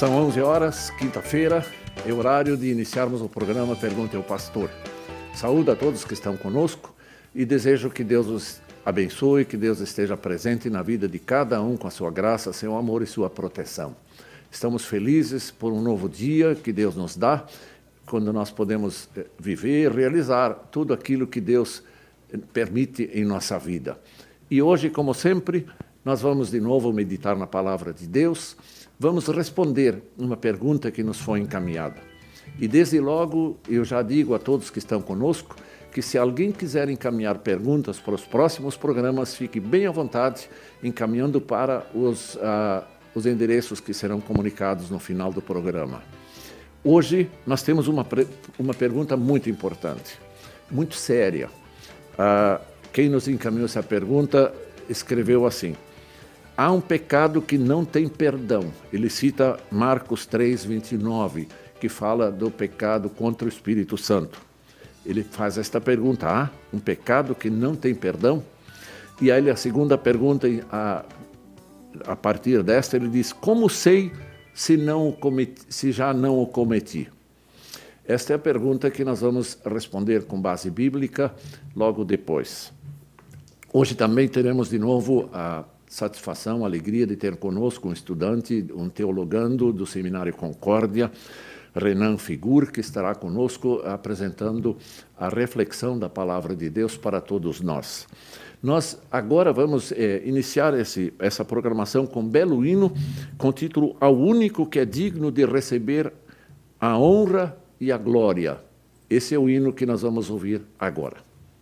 São 11 horas, quinta-feira, é horário de iniciarmos o programa Pergunte ao Pastor. Saúdo a todos que estão conosco e desejo que Deus os abençoe, que Deus esteja presente na vida de cada um com a sua graça, seu amor e sua proteção. Estamos felizes por um novo dia que Deus nos dá, quando nós podemos viver e realizar tudo aquilo que Deus permite em nossa vida. E hoje, como sempre, nós vamos de novo meditar na palavra de Deus, vamos responder uma pergunta que nos foi encaminhada. E desde logo eu já digo a todos que estão conosco que se alguém quiser encaminhar perguntas para os próximos programas, fique bem à vontade encaminhando para os endereços que serão comunicados no final do programa. Hoje nós temos uma pergunta muito importante, muito séria. Quem nos encaminhou essa pergunta escreveu assim: há um pecado que não tem perdão. Ele cita Marcos 3:29, que fala do pecado contra o Espírito Santo. Ele faz esta pergunta: há um pecado que não tem perdão? E aí a segunda pergunta, a partir desta, ele diz: como sei se já não o cometi? Esta é a pergunta que nós vamos responder com base bíblica logo depois. Hoje também teremos de novo a satisfação, a alegria de ter conosco um estudante, um teologando do Seminário Concórdia, Renan Figur, que estará conosco apresentando a reflexão da Palavra de Deus para todos nós. Nós agora vamos iniciar essa programação com um belo hino com o título Ao Único que é digno de receber a honra e a glória. Esse é o hino que nós vamos ouvir agora.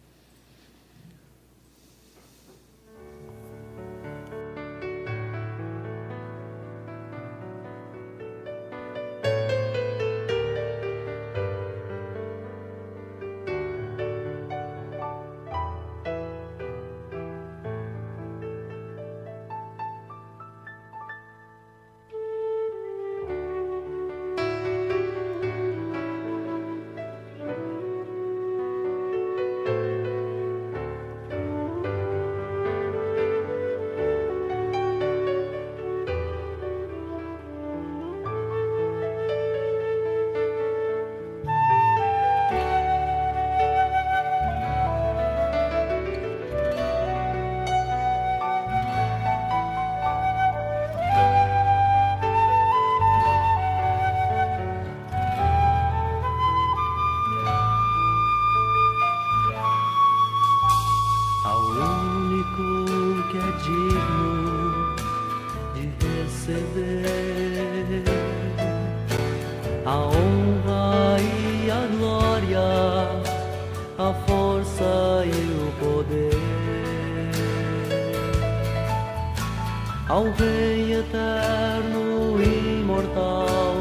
Ao Rei eterno, imortal,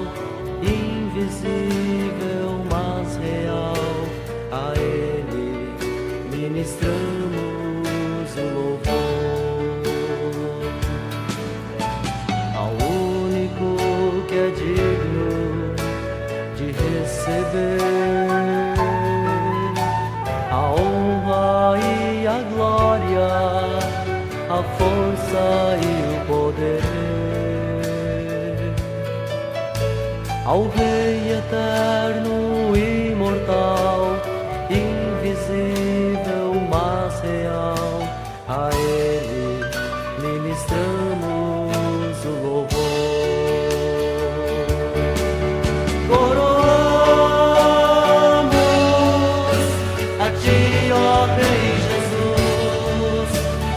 invisível, mas real, a Ele ministramos o louvor. Ao único que é digno de receber a honra e a glória, a força e o poder. Ao Rei eterno, imortal, invisível, mas real, a Ele ministramos o louvor. Coroamos a Ti, ó Rei Jesus,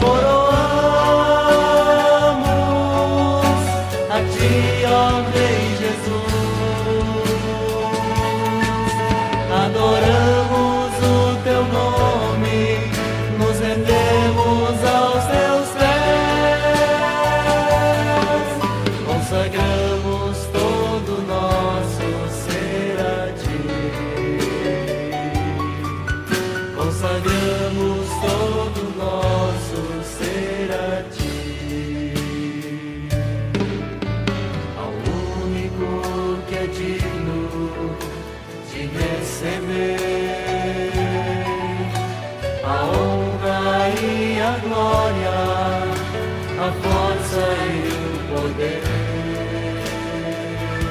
coroamos a Ti, ó Rei Jesus. Adoramos o Teu nome, nos rendemos aos Teus pés, consagramos todo o nosso ser a Ti, consagramos todo o nosso ser a Ti. Ao único que é digno de receber a honra e a glória, a força e o poder.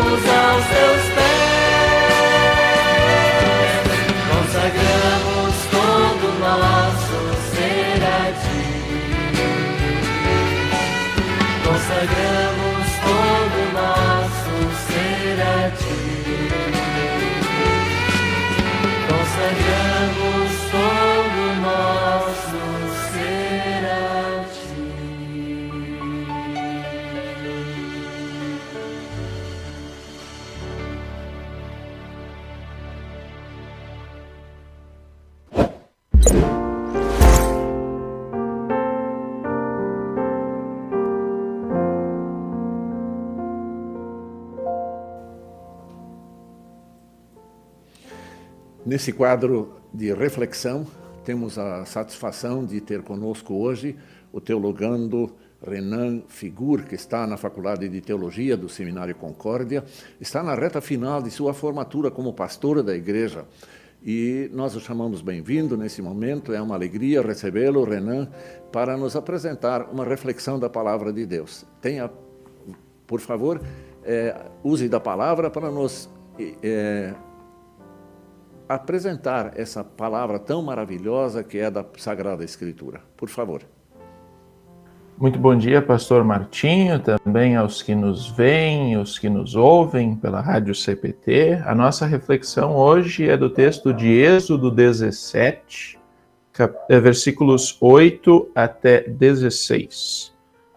consagramos aos teus pés, consagramos todo o nosso ser a ti, consagramos todo o nosso ser a ti, consagramos todo o nosso ser a ti. Nesse quadro de reflexão, temos a satisfação de ter conosco hoje o teologando Renan Figur, que está na Faculdade de Teologia do Seminário Concórdia, está na reta final de sua formatura como pastor da igreja. E nós o chamamos bem-vindo nesse momento, é uma alegria recebê-lo, Renan, para nos apresentar uma reflexão da Palavra de Deus. Tenha, por favor, use da palavra para nos apresentar essa palavra tão maravilhosa que é da Sagrada Escritura. Por favor. Muito bom dia, pastor Martinho, também aos que nos veem, os que nos ouvem pela Rádio CPT. A nossa reflexão hoje é do texto de Êxodo 17, versículos 8 até 16.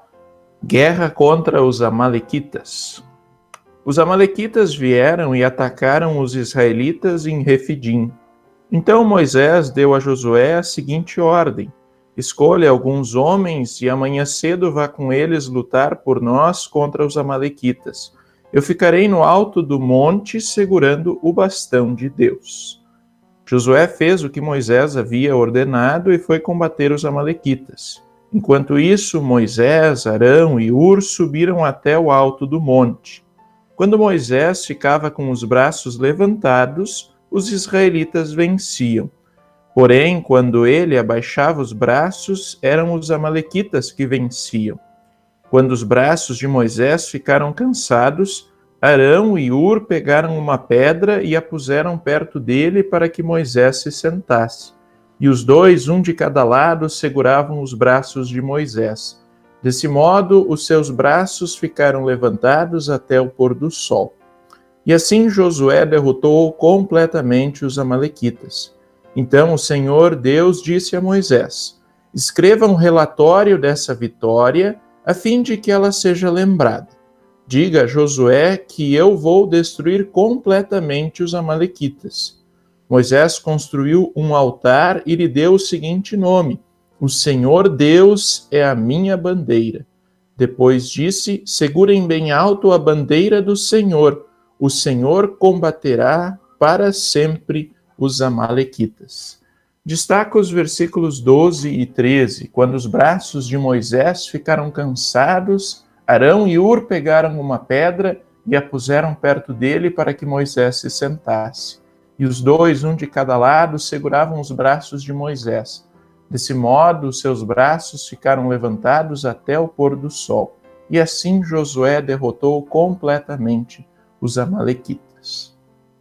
Guerra contra os amalequitas. Os amalequitas vieram e atacaram os israelitas em Refidim. Então Moisés deu a Josué a seguinte ordem: escolha alguns homens e amanhã cedo vá com eles lutar por nós contra os amalequitas. Eu ficarei no alto do monte segurando o bastão de Deus. Josué fez o que Moisés havia ordenado e foi combater os amalequitas. Enquanto isso, Moisés, Arão e Hur subiram até o alto do monte. Quando Moisés ficava com os braços levantados, os israelitas venciam. Porém, quando ele abaixava os braços, eram os amalequitas que venciam. Quando os braços de Moisés ficaram cansados, Arão e Hur pegaram uma pedra e a puseram perto dele para que Moisés se sentasse. E os dois, um de cada lado, seguravam os braços de Moisés. Desse modo, os seus braços ficaram levantados até o pôr do sol. E assim Josué derrotou completamente os amalequitas. Então o Senhor Deus disse a Moisés: escreva um relatório dessa vitória, a fim de que ela seja lembrada. Diga a Josué que eu vou destruir completamente os amalequitas. Moisés construiu um altar e lhe deu o seguinte nome: o Senhor Deus é a minha bandeira. Depois disse: segurem bem alto a bandeira do Senhor. O Senhor combaterá para sempre os amalequitas. Destaca os versículos 12 e 13. Quando os braços de Moisés ficaram cansados, Arão e Hur pegaram uma pedra e a puseram perto dele para que Moisés se sentasse. E os dois, um de cada lado, seguravam os braços de Moisés. Desse modo, os seus braços ficaram levantados até o pôr do sol. E assim Josué derrotou completamente os amalequitas.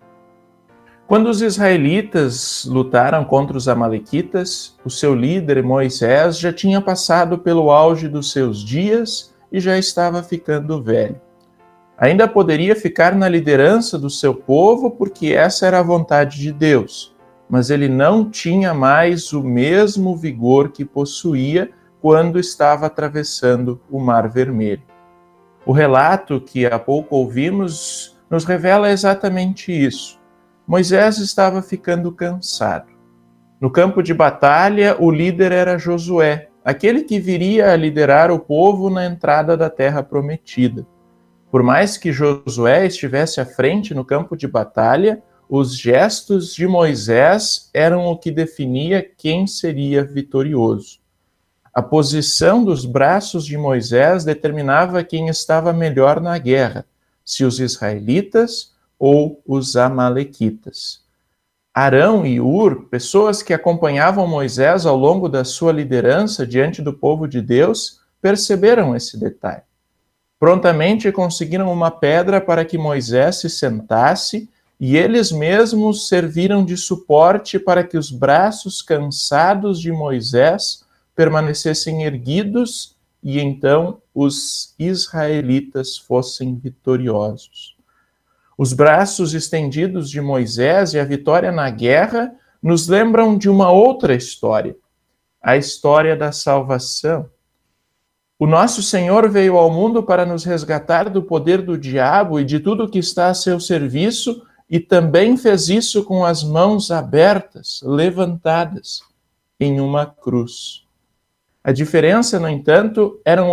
Quando os israelitas lutaram contra os amalequitas, o seu líder Moisés já tinha passado pelo auge dos seus dias e já estava ficando velho. Ainda poderia ficar na liderança do seu povo porque essa era a vontade de Deus, mas ele não tinha mais o mesmo vigor que possuía quando estava atravessando o Mar Vermelho. O relato que há pouco ouvimos nos revela exatamente isso. Moisés estava ficando cansado. No campo de batalha, o líder era Josué, aquele que viria a liderar o povo na entrada da terra prometida. Por mais que Josué estivesse à frente no campo de batalha, os gestos de Moisés eram o que definia quem seria vitorioso. A posição dos braços de Moisés determinava quem estava melhor na guerra, se os israelitas ou os amalequitas. Arão e Hur, pessoas que acompanhavam Moisés ao longo da sua liderança diante do povo de Deus, perceberam esse detalhe. Prontamente conseguiram uma pedra para que Moisés se sentasse, e eles mesmos serviram de suporte para que os braços cansados de Moisés permanecessem erguidos e então os israelitas fossem vitoriosos. Os braços estendidos de Moisés e a vitória na guerra nos lembram de uma outra história, a história da salvação. O nosso Senhor veio ao mundo para nos resgatar do poder do diabo e de tudo que está a seu serviço, e também fez isso com as mãos abertas, levantadas, em uma cruz. A diferença, no entanto, era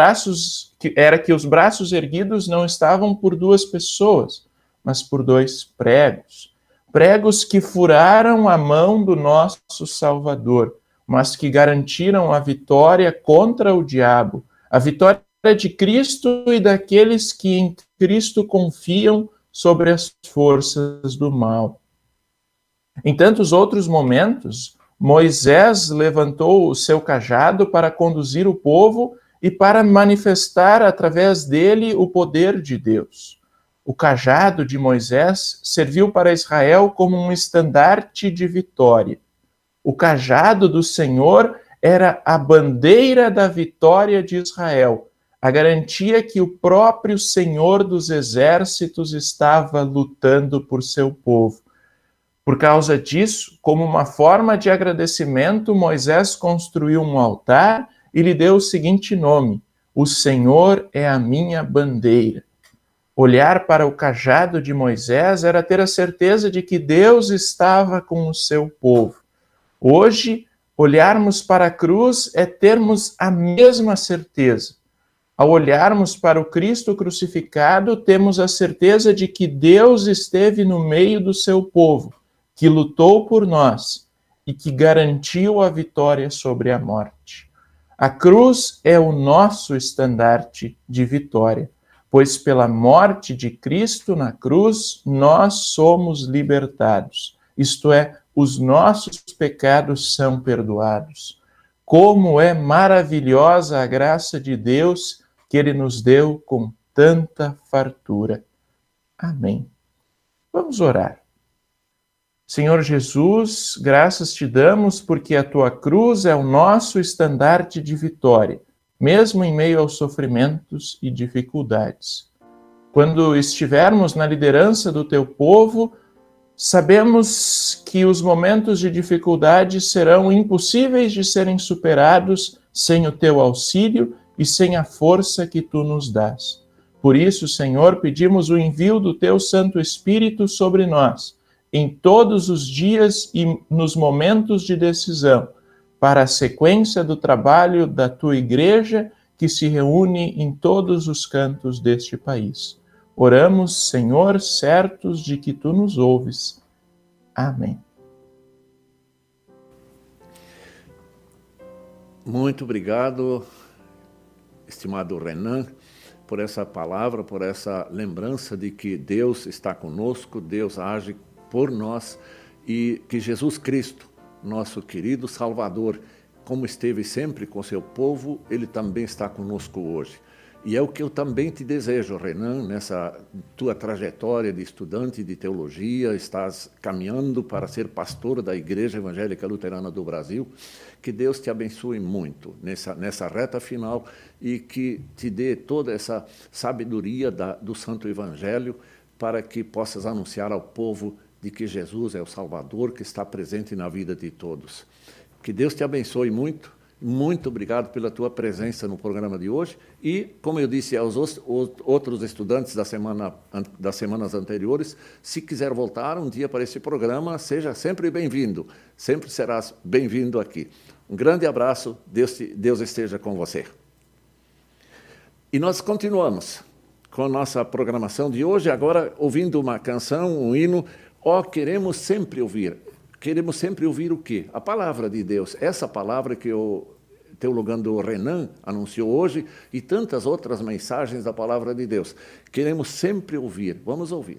que os braços erguidos não estavam por duas pessoas, mas por dois pregos. Pregos que furaram a mão do nosso Salvador, mas que garantiram a vitória contra o diabo, a vitória de Cristo e daqueles que em Cristo confiam sobre as forças do mal. Em tantos outros momentos, Moisés levantou o seu cajado para conduzir o povo e para manifestar através dele o poder de Deus. O cajado de Moisés serviu para Israel como um estandarte de vitória. O cajado do Senhor era a bandeira da vitória de Israel, a garantia que o próprio Senhor dos Exércitos estava lutando por seu povo. Por causa disso, como uma forma de agradecimento, Moisés construiu um altar e lhe deu o seguinte nome: O Senhor é a minha bandeira. Olhar para o cajado de Moisés era ter a certeza de que Deus estava com o seu povo. Hoje, olharmos para a cruz é termos a mesma certeza. Ao olharmos para o Cristo crucificado, temos a certeza de que Deus esteve no meio do seu povo, que lutou por nós e que garantiu a vitória sobre a morte. A cruz é o nosso estandarte de vitória, pois pela morte de Cristo na cruz, nós somos libertados. Isto é, os nossos pecados são perdoados. Como é maravilhosa a graça de Deus que Ele nos deu com tanta fartura. Amém. Vamos orar. Senhor Jesus, graças te damos porque a tua cruz é o nosso estandarte de vitória, mesmo em meio aos sofrimentos e dificuldades. Quando estivermos na liderança do teu povo, sabemos que os momentos de dificuldade serão impossíveis de serem superados sem o teu auxílio e sem a força que tu nos dás. Por isso, Senhor, pedimos o envio do teu Santo Espírito sobre nós, em todos os dias e nos momentos de decisão, para a sequência do trabalho da tua igreja que se reúne em todos os cantos deste país. Oramos, Senhor, certos de que tu nos ouves. Amém. Muito obrigado, estimado Renan, por essa palavra, por essa lembrança de que Deus está conosco, Deus age por nós e que Jesus Cristo, nosso querido Salvador, como esteve sempre com seu povo, Ele também está conosco hoje. E é o que eu também te desejo, Renan, nessa tua trajetória de estudante de teologia, estás caminhando para ser pastor da Igreja Evangélica Luterana do Brasil. Que Deus te abençoe muito nessa reta final e que te dê toda essa sabedoria do Santo Evangelho para que possas anunciar ao povo de que Jesus é o Salvador que está presente na vida de todos. Que Deus te abençoe muito. Muito obrigado pela tua presença no programa de hoje e, como eu disse aos outros estudantes das semanas anteriores, se quiser voltar um dia para esse programa, seja sempre bem-vindo, sempre serás bem-vindo aqui. Um grande abraço, Deus esteja com você. E nós continuamos com a nossa programação de hoje, agora ouvindo uma canção, um hino. Queremos sempre ouvir o quê? A palavra de Deus, essa palavra que o teologando Renan anunciou hoje e tantas outras mensagens da palavra de Deus. Queremos sempre ouvir. Vamos ouvir.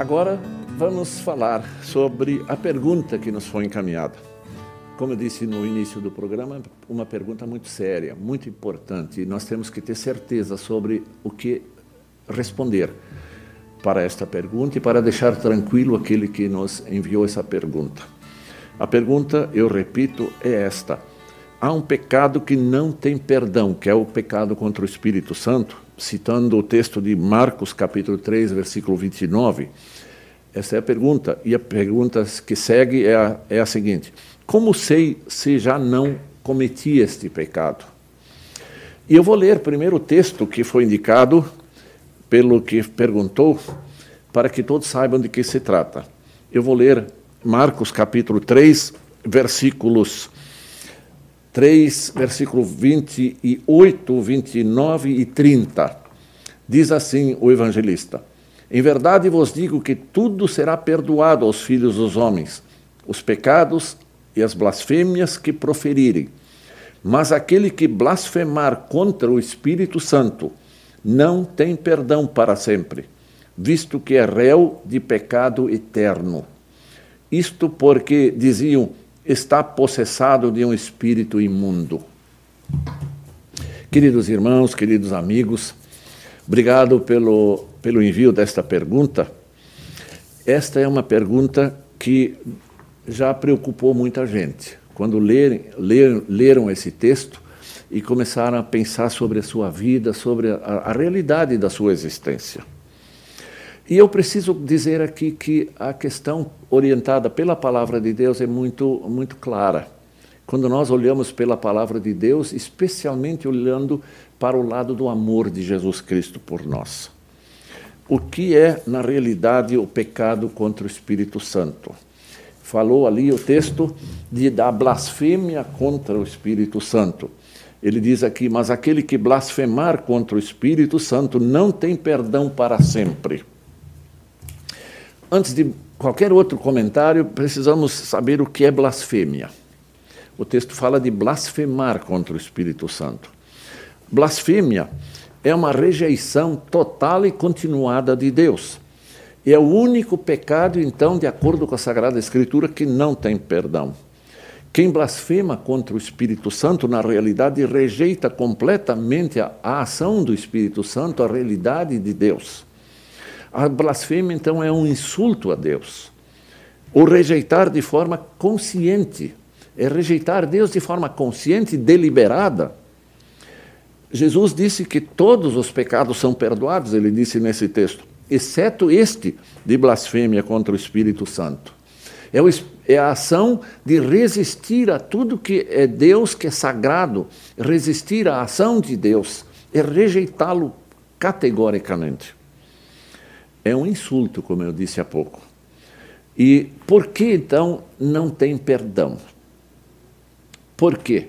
Agora vamos falar sobre a pergunta que nos foi encaminhada. Como eu disse no início do programa, uma pergunta muito séria, muito importante, e nós temos que ter certeza sobre o que responder para esta pergunta e para deixar tranquilo aquele que nos enviou essa pergunta. A pergunta, eu repito, é esta: há um pecado que não tem perdão, que é o pecado contra o Espírito Santo, citando o texto de Marcos, capítulo 3, versículo 29. Essa é a pergunta, e a pergunta que segue é a seguinte: como sei se já não cometi este pecado? E eu vou ler primeiro o texto que foi indicado pelo que perguntou, para que todos saibam de que se trata. Eu vou ler Marcos capítulo 3, versículos 3, versículo 28, 29 e 30. Diz assim o evangelista: em verdade vos digo que tudo será perdoado aos filhos dos homens, os pecados e as blasfêmias que proferirem. Mas aquele que blasfemar contra o Espírito Santo não tem perdão para sempre, visto que é réu de pecado eterno. Isto porque, diziam, está possessado de um espírito imundo. Queridos irmãos, queridos amigos, obrigado pelo envio desta pergunta. Esta é uma pergunta que já preocupou muita gente. Quando leram esse texto e começaram a pensar sobre a sua vida, sobre a realidade da sua existência. E eu preciso dizer aqui que a questão orientada pela palavra de Deus é muito, muito clara. Quando nós olhamos pela palavra de Deus, especialmente olhando para o lado do amor de Jesus Cristo por nós. O que é, na realidade, o pecado contra o Espírito Santo? Falou ali o texto da blasfêmia contra o Espírito Santo. Ele diz aqui: mas aquele que blasfemar contra o Espírito Santo não tem perdão para sempre. Antes de qualquer outro comentário, precisamos saber o que é blasfêmia. O texto fala de blasfemar contra o Espírito Santo. Blasfêmia é uma rejeição total e continuada de Deus. É o único pecado, então, de acordo com a Sagrada Escritura, que não tem perdão. Quem blasfema contra o Espírito Santo, na realidade, rejeita completamente a ação do Espírito Santo, a realidade de Deus. A blasfêmia, então, é um insulto a Deus. O rejeitar de forma consciente, é rejeitar Deus de forma consciente e deliberada. Jesus disse que todos os pecados são perdoados, ele disse nesse texto, exceto este de blasfêmia contra o Espírito Santo. É a ação de resistir a tudo que é Deus, que é sagrado, resistir à ação de Deus, é rejeitá-lo categoricamente. É um insulto, como eu disse há pouco. E por que, então, não tem perdão? Por quê?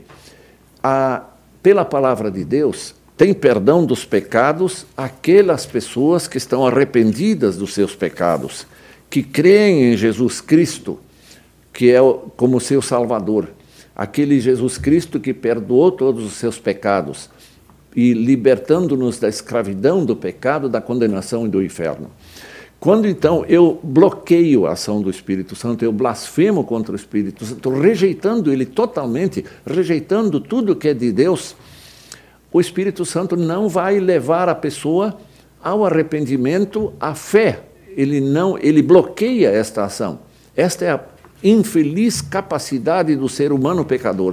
Pela palavra de Deus, tem perdão dos pecados aquelas pessoas que estão arrependidas dos seus pecados, que creem em Jesus Cristo, que é como seu Salvador. Aquele Jesus Cristo que perdoou todos os seus pecados e libertando-nos da escravidão do pecado, da condenação e do inferno. Quando, então, eu bloqueio a ação do Espírito Santo, eu blasfemo contra o Espírito Santo, rejeitando ele totalmente, rejeitando tudo que é de Deus, o Espírito Santo não vai levar a pessoa ao arrependimento, à fé. Ele bloqueia esta ação. Esta é a infeliz capacidade do ser humano pecador,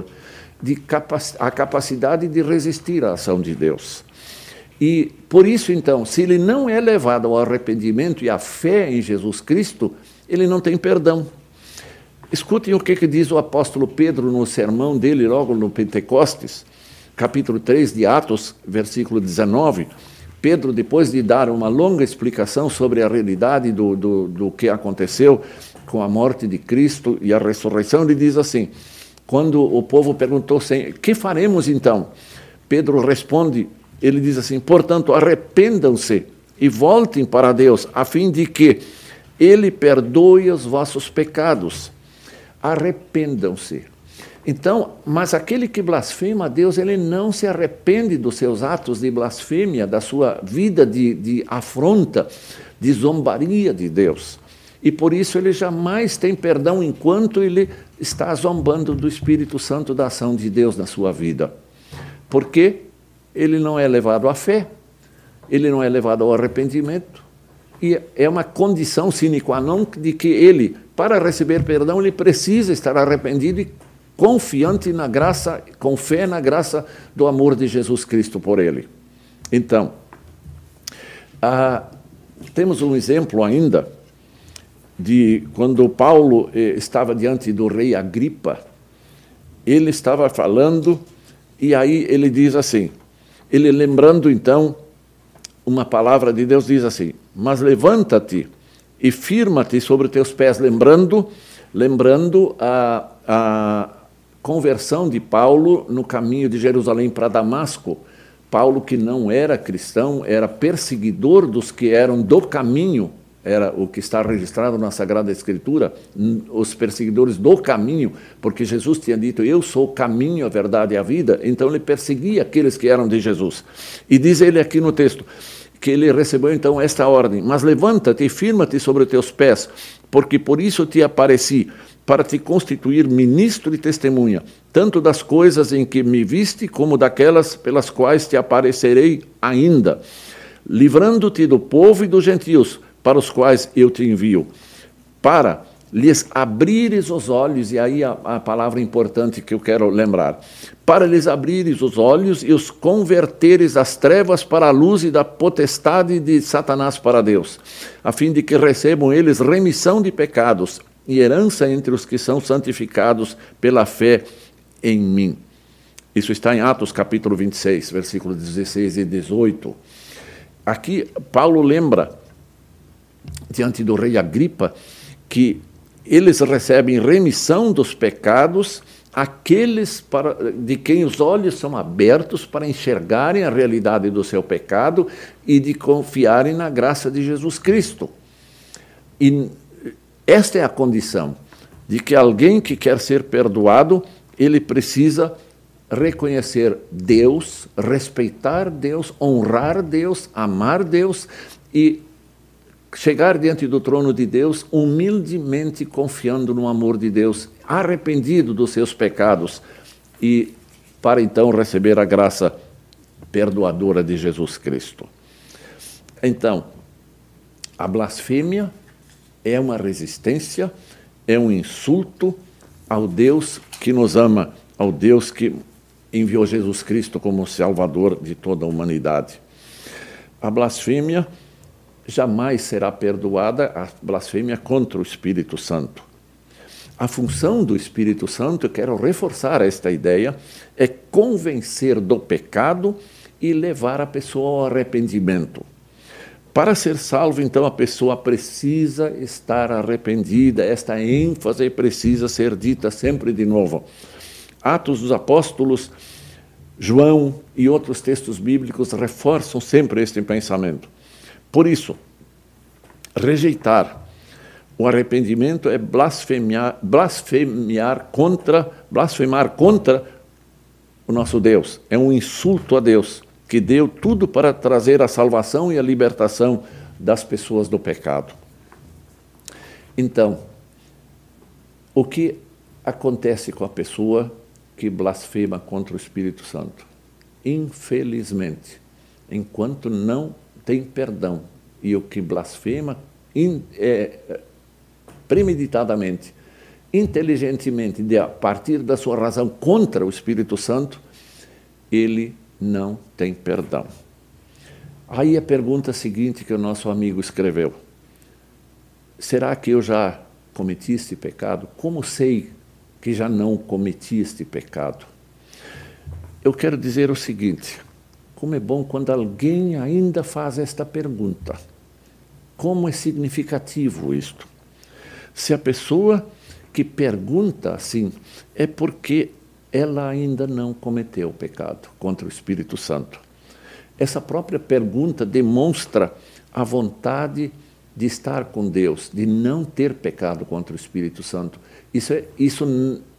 a capacidade de resistir à ação de Deus. E, por isso, então, se ele não é levado ao arrependimento e à fé em Jesus Cristo, ele não tem perdão. Escutem o que diz o apóstolo Pedro no sermão dele, logo no Pentecostes, capítulo 3 de Atos, versículo 19. Pedro, depois de dar uma longa explicação sobre a realidade do que aconteceu com a morte de Cristo e a ressurreição, ele diz assim, quando o povo perguntou, que faremos então? Pedro responde, ele diz assim, portanto, arrependam-se e voltem para Deus, a fim de que Ele perdoe os vossos pecados. Arrependam-se. Então, mas aquele que blasfema a Deus, ele não se arrepende dos seus atos de blasfêmia, da sua vida de afronta, de zombaria de Deus. E por isso ele jamais tem perdão enquanto ele está zombando do Espírito Santo, da ação de Deus na sua vida. Porque ele não é levado à fé, ele não é levado ao arrependimento, e é uma condição sine qua non de que ele, para receber perdão, ele precisa estar arrependido e confiante na graça, com fé na graça do amor de Jesus Cristo por ele. Então, temos um exemplo ainda de quando Paulo estava diante do rei Agripa. Ele estava falando e aí ele diz assim, ele lembrando então uma palavra de Deus, diz assim: mas levanta-te e firma-te sobre teus pés, lembrando a conversão de Paulo no caminho de Jerusalém para Damasco. Paulo, que não era cristão, era perseguidor dos que eram do caminho, era o que está registrado na Sagrada Escritura, os perseguidores do caminho, porque Jesus tinha dito, eu sou o caminho, a verdade e a vida, então ele perseguia aqueles que eram de Jesus. E diz ele aqui no texto, que ele recebeu então esta ordem, mas levanta-te e firma-te sobre os teus pés, porque por isso te apareci, para te constituir ministro e testemunha, tanto das coisas em que me viste, como daquelas pelas quais te aparecerei ainda, livrando-te do povo e dos gentios, para os quais eu te envio, para lhes abrires os olhos, e aí a palavra importante que eu quero lembrar, para lhes abrires os olhos e os converteres das trevas para a luz e da potestade de Satanás para Deus, a fim de que recebam eles remissão de pecados e herança entre os que são santificados pela fé em mim. Isso está em Atos capítulo 26, versículos 16 e 18. Aqui Paulo lembra, diante do rei Agripa, que eles recebem remissão dos pecados, aqueles de quem os olhos são abertos para enxergarem a realidade do seu pecado e de confiarem na graça de Jesus Cristo. E esta é a condição de que alguém que quer ser perdoado, ele precisa reconhecer Deus, respeitar Deus, honrar Deus, amar Deus e chegar diante do trono de Deus humildemente confiando no amor de Deus, arrependido dos seus pecados e para então receber a graça perdoadora de Jesus Cristo. Então, a blasfêmia é uma resistência, é um insulto ao Deus que nos ama, ao Deus que enviou Jesus Cristo como Salvador de toda a humanidade. A blasfêmia jamais será perdoada, a blasfêmia contra o Espírito Santo. A função do Espírito Santo, eu quero reforçar esta ideia, é convencer do pecado e levar a pessoa ao arrependimento. Para ser salvo, então, a pessoa precisa estar arrependida, esta ênfase precisa ser dita sempre de novo. Atos dos Apóstolos, João e outros textos bíblicos reforçam sempre este pensamento. Por isso, rejeitar o arrependimento é blasfemar contra o nosso Deus. É um insulto a Deus, que deu tudo para trazer a salvação e a libertação das pessoas do pecado. Então, o que acontece com a pessoa que blasfema contra o Espírito Santo? Infelizmente, enquanto não tem perdão, e o que blasfema premeditadamente, inteligentemente, a partir da sua razão contra o Espírito Santo, ele não tem perdão. Aí a pergunta seguinte que o nosso amigo escreveu: será que eu já cometi este pecado? Como sei que já não cometi este pecado? Eu quero dizer o seguinte: como é bom quando alguém ainda faz esta pergunta. Como é significativo isto? Se a pessoa que pergunta assim, é porque ela ainda não cometeu o pecado contra o Espírito Santo. Essa própria pergunta demonstra a vontade de estar com Deus, de não ter pecado contra o Espírito Santo. Isso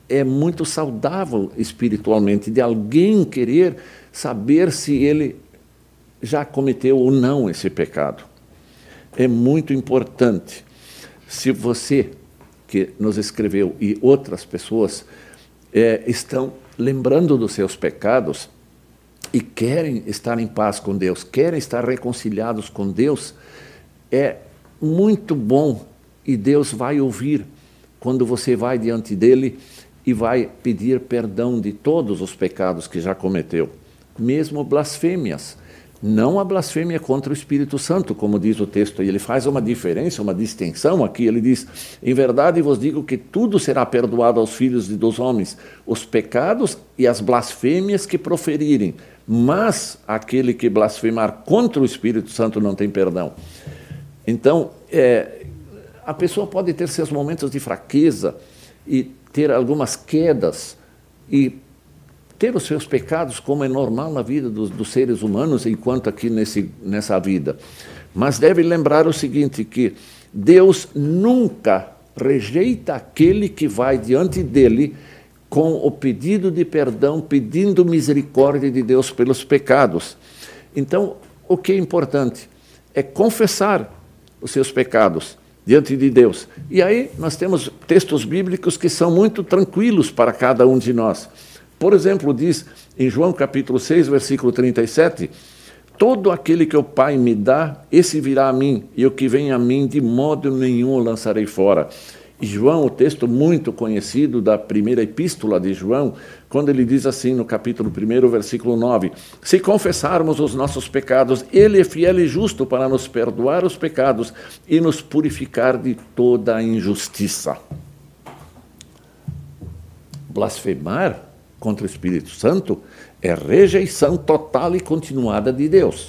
é muito saudável espiritualmente, de alguém querer saber se ele já cometeu ou não esse pecado. É muito importante. Se você que nos escreveu e outras pessoas estão lembrando dos seus pecados e querem estar em paz com Deus, querem estar reconciliados com Deus, é muito bom e Deus vai ouvir quando você vai diante dele e vai pedir perdão de todos os pecados que já cometeu, mesmo blasfêmias. Não a blasfêmia contra o Espírito Santo, como diz o texto, e ele faz uma diferença, uma distinção aqui, ele diz, em verdade vos digo que tudo será perdoado aos filhos dos homens, os pecados e as blasfêmias que proferirem, mas aquele que blasfemar contra o Espírito Santo não tem perdão. Então, a pessoa pode ter seus momentos de fraqueza e ter algumas quedas e ter os seus pecados, como é normal na vida dos seres humanos, enquanto aqui nessa vida. Mas deve lembrar o seguinte, que Deus nunca rejeita aquele que vai diante dele com o pedido de perdão, pedindo misericórdia de Deus pelos pecados. Então, o que é importante é confessar os seus pecados diante de Deus. E aí nós temos textos bíblicos que são muito tranquilos para cada um de nós. Por exemplo, diz em João capítulo 6, versículo 37, todo aquele que o Pai me dá, esse virá a mim, e o que vem a mim, de modo nenhum o lançarei fora. E João, o texto muito conhecido da primeira epístola de João, quando ele diz assim no capítulo 1, versículo 9, se confessarmos os nossos pecados, ele é fiel e justo para nos perdoar os pecados e nos purificar de toda a injustiça. Blasfemar contra o Espírito Santo é rejeição total e continuada de Deus.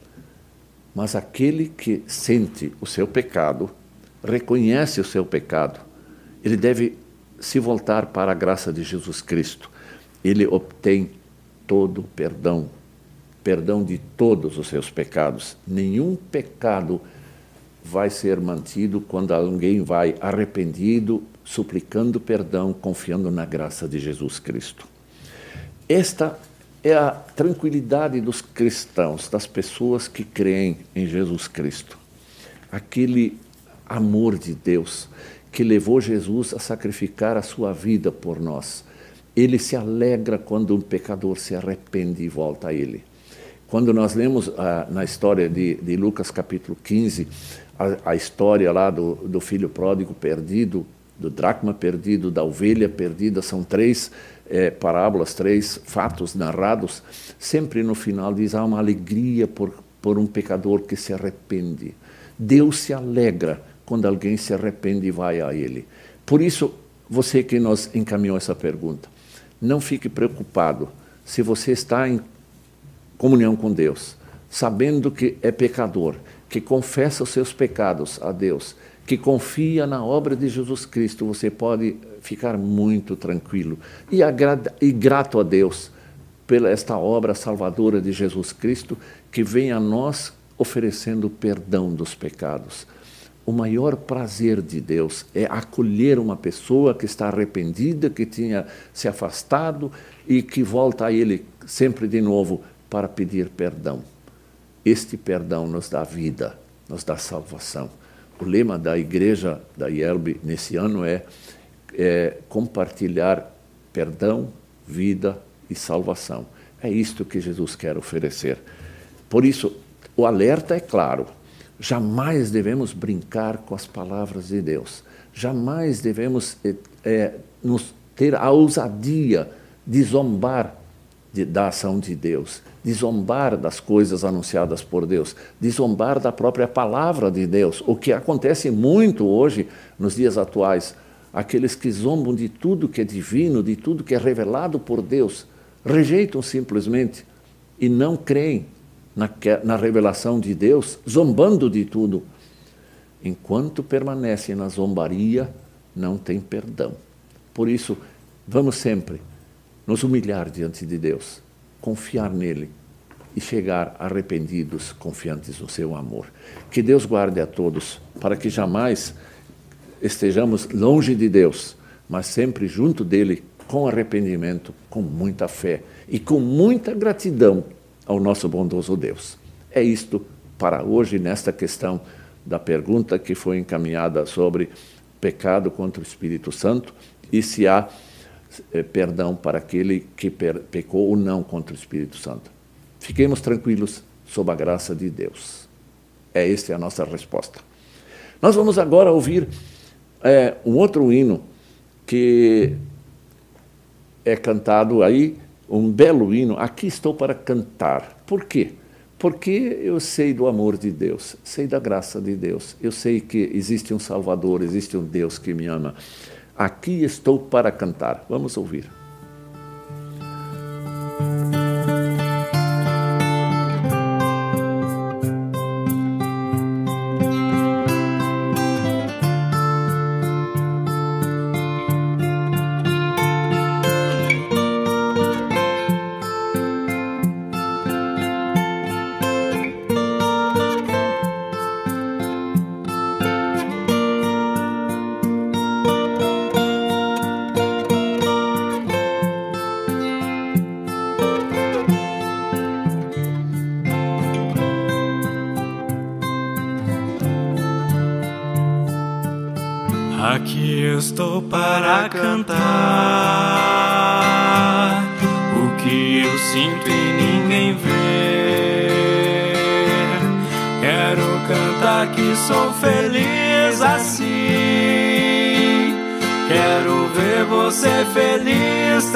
Mas aquele que sente o seu pecado, reconhece o seu pecado, ele deve se voltar para a graça de Jesus Cristo. Ele obtém todo o perdão, perdão de todos os seus pecados. Nenhum pecado vai ser mantido quando alguém vai arrependido, suplicando perdão, confiando na graça de Jesus Cristo. Esta é a tranquilidade dos cristãos, das pessoas que creem em Jesus Cristo. Aquele amor de Deus que levou Jesus a sacrificar a sua vida por nós. Ele se alegra quando um pecador se arrepende e volta a ele. Quando nós lemos na história de Lucas capítulo 15, a história lá do filho pródigo perdido, do dracma perdido, da ovelha perdida, são três parábolas, três fatos narrados, sempre no final diz, há uma alegria por um pecador que se arrepende. Deus se alegra quando alguém se arrepende e vai a Ele. Por isso, você que nos encaminhou essa pergunta, não fique preocupado se você está em comunhão com Deus, sabendo que é pecador, que confessa os seus pecados a Deus, que confia na obra de Jesus Cristo, você pode ficar muito tranquilo e grato a Deus pela esta obra salvadora de Jesus Cristo, que vem a nós oferecendo perdão dos pecados. O maior prazer de Deus é acolher uma pessoa que está arrependida, que tinha se afastado e que volta a Ele sempre de novo para pedir perdão. Este perdão nos dá vida, nos dá salvação. O lema da igreja da IELB nesse ano é compartilhar perdão, vida e salvação. É isto que Jesus quer oferecer. Por isso, o alerta é claro. Jamais devemos brincar com as palavras de Deus. Jamais devemos ter a ousadia de zombar da ação de Deus, de zombar das coisas anunciadas por Deus, de zombar da própria palavra de Deus. O que acontece muito hoje, nos dias atuais, aqueles que zombam de tudo que é divino, de tudo que é revelado por Deus, rejeitam simplesmente e não creem na revelação de Deus, zombando de tudo. Enquanto permanecem na zombaria, não tem perdão. Por isso, vamos sempre nos humilhar diante de Deus, confiar nele e chegar arrependidos, confiantes no seu amor. Que Deus guarde a todos, para que jamais estejamos longe de Deus, mas sempre junto dele, com arrependimento, com muita fé e com muita gratidão ao nosso bondoso Deus. É isto para hoje, nesta questão da pergunta que foi encaminhada sobre pecado contra o Espírito Santo e se há perdão para aquele que pecou ou não contra o Espírito Santo. Fiquemos tranquilos sob a graça de Deus. Esta é a nossa resposta. Nós vamos agora ouvir um outro hino que é cantado aí, um belo hino. Aqui estou para cantar. Por quê? Porque eu sei do amor de Deus, sei da graça de Deus, eu sei que existe um Salvador, existe um Deus que me ama. Aqui estou para cantar. Vamos ouvir. Aqui eu estou para cantar o que eu sinto e ninguém vê. Quero cantar que sou feliz assim. Quero ver você feliz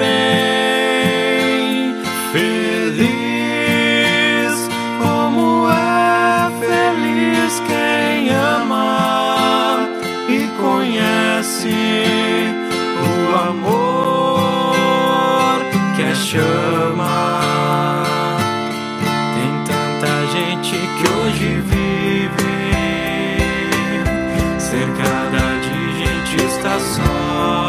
também. Feliz como é feliz quem ama e conhece o amor que é chama. Tem tanta gente que hoje vive cercada de gente está só,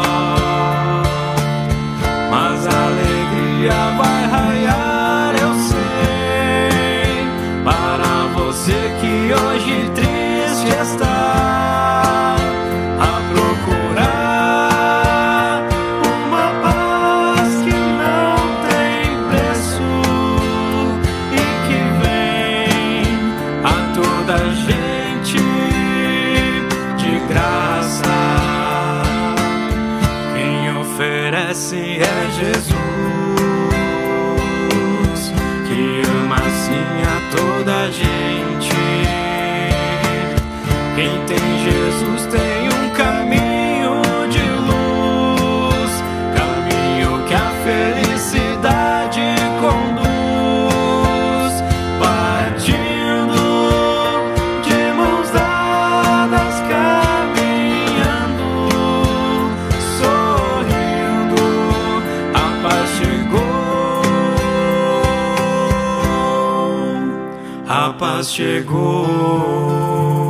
mas a alegria vai raiar, eu sei, para você que hoje triste está. É Jesus que ama assim a toda gente. Quem tem Jesus tem um caminho de luz, caminho que a felicidade conduz, partindo de mãos dadas, caminhando, a paz chegou.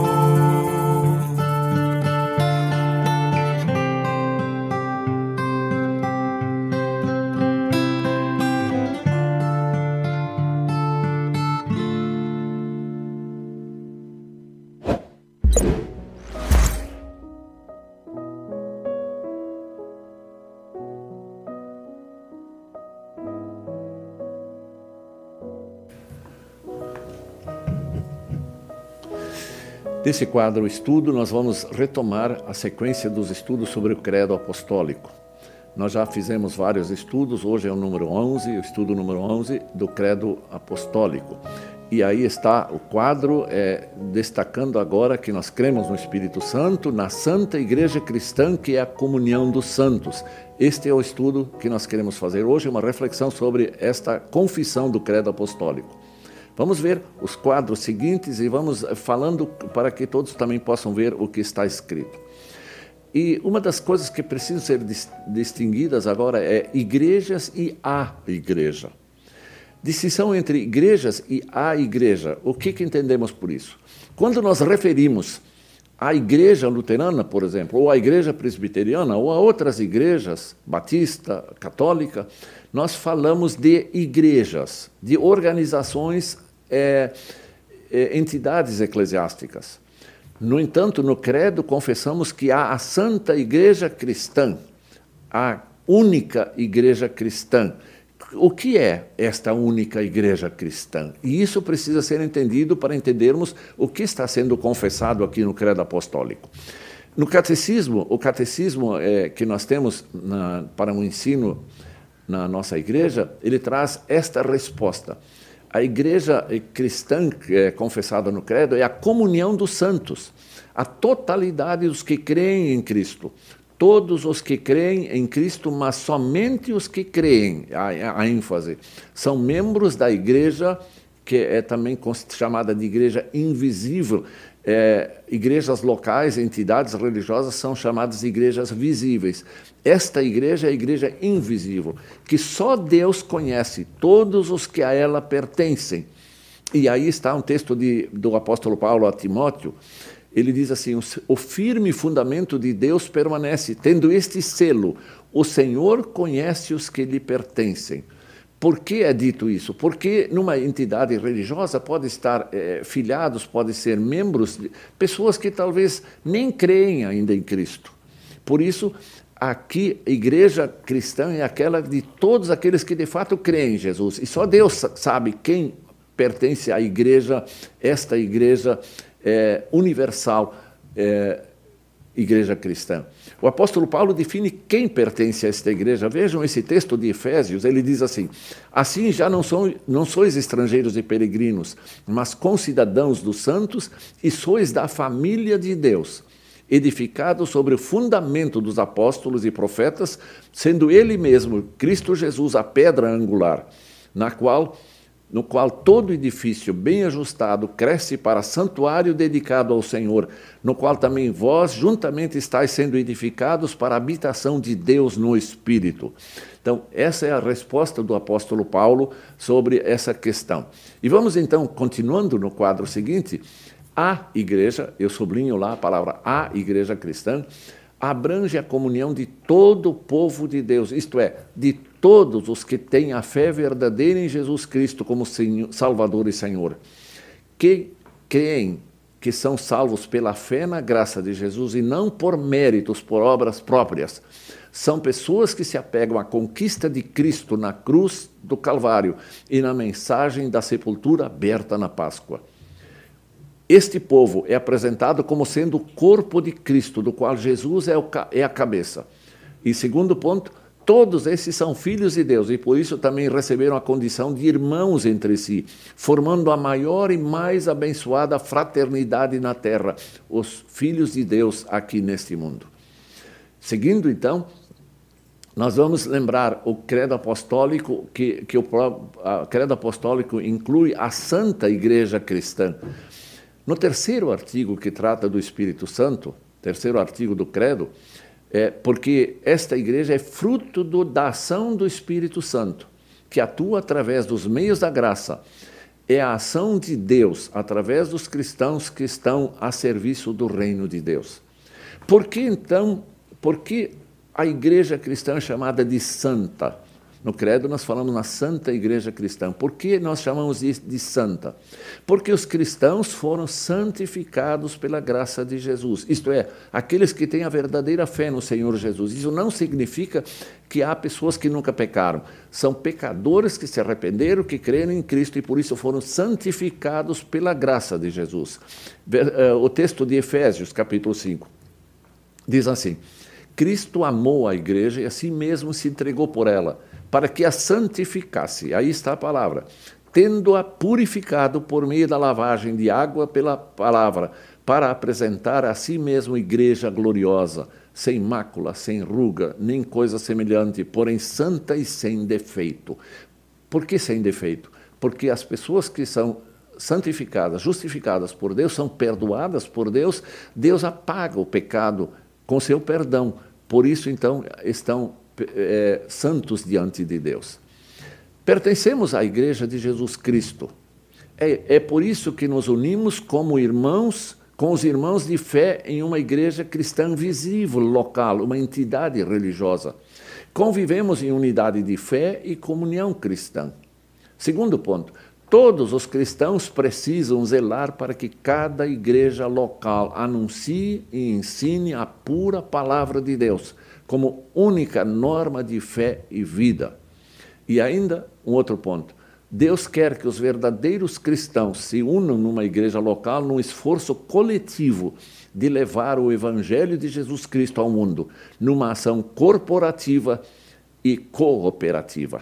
Nesse quadro estudo, nós vamos retomar a sequência dos estudos sobre o credo apostólico. Nós já fizemos vários estudos, hoje é o número 11, o estudo número 11 do credo apostólico. E aí está o quadro destacando agora que nós cremos no Espírito Santo, na Santa Igreja Cristã, que é a comunhão dos santos. Este é o estudo que nós queremos fazer hoje, uma reflexão sobre esta confissão do credo apostólico. Vamos ver os quadros seguintes e vamos falando para que todos também possam ver o que está escrito. E uma das coisas que precisam ser distinguidas agora é igrejas e a igreja. Distinção entre igrejas e a igreja. O que entendemos por isso? Quando nós referimos à igreja luterana, por exemplo, ou à igreja presbiteriana, ou a outras igrejas, batista, católica, nós falamos de igrejas, de organizações, entidades eclesiásticas. No entanto, no credo confessamos que há a Santa Igreja Cristã, a única Igreja Cristã. O que é esta única Igreja Cristã? E isso precisa ser entendido para entendermos o que está sendo confessado aqui no credo apostólico. No catecismo, o catecismo que nós temos para o ensino na nossa igreja, ele traz esta resposta. A igreja cristã confessada no credo é a comunhão dos santos, a totalidade dos que creem em Cristo. Todos os que creem em Cristo, mas somente os que creem, a ênfase, são membros da igreja, que é também chamada de igreja invisível. Igrejas locais, entidades religiosas são chamadas de igrejas visíveis. Esta igreja é a igreja invisível, que só Deus conhece, todos os que a ela pertencem. E aí está um texto do apóstolo Paulo a Timóteo. Ele diz assim: o firme fundamento de Deus permanece, tendo este selo: o Senhor conhece os que lhe pertencem. Por que é dito isso? Porque numa entidade religiosa pode estar filiados, pode ser membros, pessoas que talvez nem creem ainda em Cristo. Por isso, aqui a igreja cristã é aquela de todos aqueles que de fato creem em Jesus. E só Deus sabe quem pertence à igreja, esta igreja universal, igreja cristã. O apóstolo Paulo define quem pertence a esta igreja. Vejam esse texto de Efésios, ele diz assim: assim já não sois estrangeiros e peregrinos, mas concidadãos dos santos, e sois da família de Deus, edificados sobre o fundamento dos apóstolos e profetas, sendo ele mesmo, Cristo Jesus, a pedra angular, no qual todo edifício bem ajustado cresce para santuário dedicado ao Senhor, no qual também vós juntamente estáis sendo edificados para a habitação de Deus no Espírito. Então, essa é a resposta do apóstolo Paulo sobre essa questão. E vamos então, continuando no quadro seguinte, a igreja, eu sublinho lá a palavra a igreja cristã, abrange a comunhão de todo o povo de Deus, isto é, de todos os que têm a fé verdadeira em Jesus Cristo como Salvador e Senhor, que creem que são salvos pela fé na graça de Jesus e não por méritos, por obras próprias. São pessoas que se apegam à conquista de Cristo na cruz do Calvário e na mensagem da sepultura aberta na Páscoa. Este povo é apresentado como sendo o corpo de Cristo, do qual Jesus é a cabeça. E segundo ponto, todos esses são filhos de Deus e por isso também receberam a condição de irmãos entre si, formando a maior e mais abençoada fraternidade na terra, os filhos de Deus aqui neste mundo. Seguindo então, nós vamos lembrar o credo apostólico, que o credo apostólico inclui a Santa Igreja Cristã. No terceiro artigo que trata do Espírito Santo, terceiro artigo do credo, porque esta igreja é fruto da ação do Espírito Santo, que atua através dos meios da graça. É a ação de Deus, através dos cristãos que estão a serviço do reino de Deus. Por que a igreja cristã é chamada de santa? No credo nós falamos na Santa Igreja Cristã. Por que nós chamamos de santa? Porque os cristãos foram santificados pela graça de Jesus. Isto é, aqueles que têm a verdadeira fé no Senhor Jesus. Isso não significa que há pessoas que nunca pecaram. São pecadores que se arrependeram, que creram em Cristo e por isso foram santificados pela graça de Jesus. O texto de Efésios, capítulo 5, diz assim: Cristo amou a igreja e assim mesmo se entregou por ela, para que a santificasse, aí está a palavra, tendo-a purificado por meio da lavagem de água pela palavra, para apresentar a si mesmo igreja gloriosa, sem mácula, sem ruga, nem coisa semelhante, porém santa e sem defeito. Por que sem defeito? Porque as pessoas que são santificadas, justificadas por Deus, são perdoadas por Deus, Deus apaga o pecado com seu perdão. Por isso, então, estão santos diante de Deus. Pertencemos à Igreja de Jesus Cristo. É por isso que nos unimos como irmãos, com os irmãos de fé em uma igreja cristã visível, local, uma entidade religiosa. Convivemos em unidade de fé e comunhão cristã. Segundo ponto, Todos os cristãos precisam zelar para que cada igreja local anuncie e ensine a pura palavra de Deus, como única norma de fé e vida. E ainda um outro ponto. Deus quer que os verdadeiros cristãos se unam numa igreja local num esforço coletivo de levar o Evangelho de Jesus Cristo ao mundo, numa ação corporativa e cooperativa.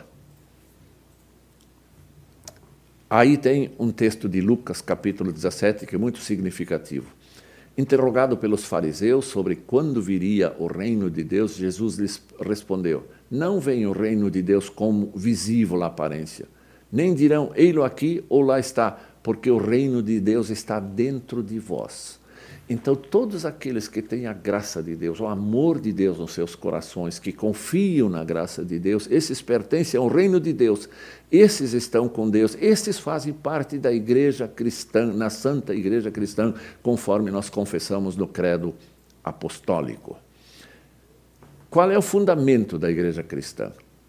Aí tem um texto de Lucas, capítulo 17, que é muito significativo. Interrogado pelos fariseus sobre quando viria o reino de Deus, Jesus lhes respondeu: não vem o reino de Deus como visível aparência, nem dirão, ei-lo aqui ou lá está, porque o reino de Deus está dentro de vós. Então, todos aqueles que têm a graça de Deus, o amor de Deus nos seus corações, que confiam na graça de Deus, esses pertencem ao reino de Deus, esses estão com Deus, esses fazem parte da igreja cristã, na santa igreja cristã, conforme nós confessamos no credo apostólico. Qual é o fundamento da igreja cristã?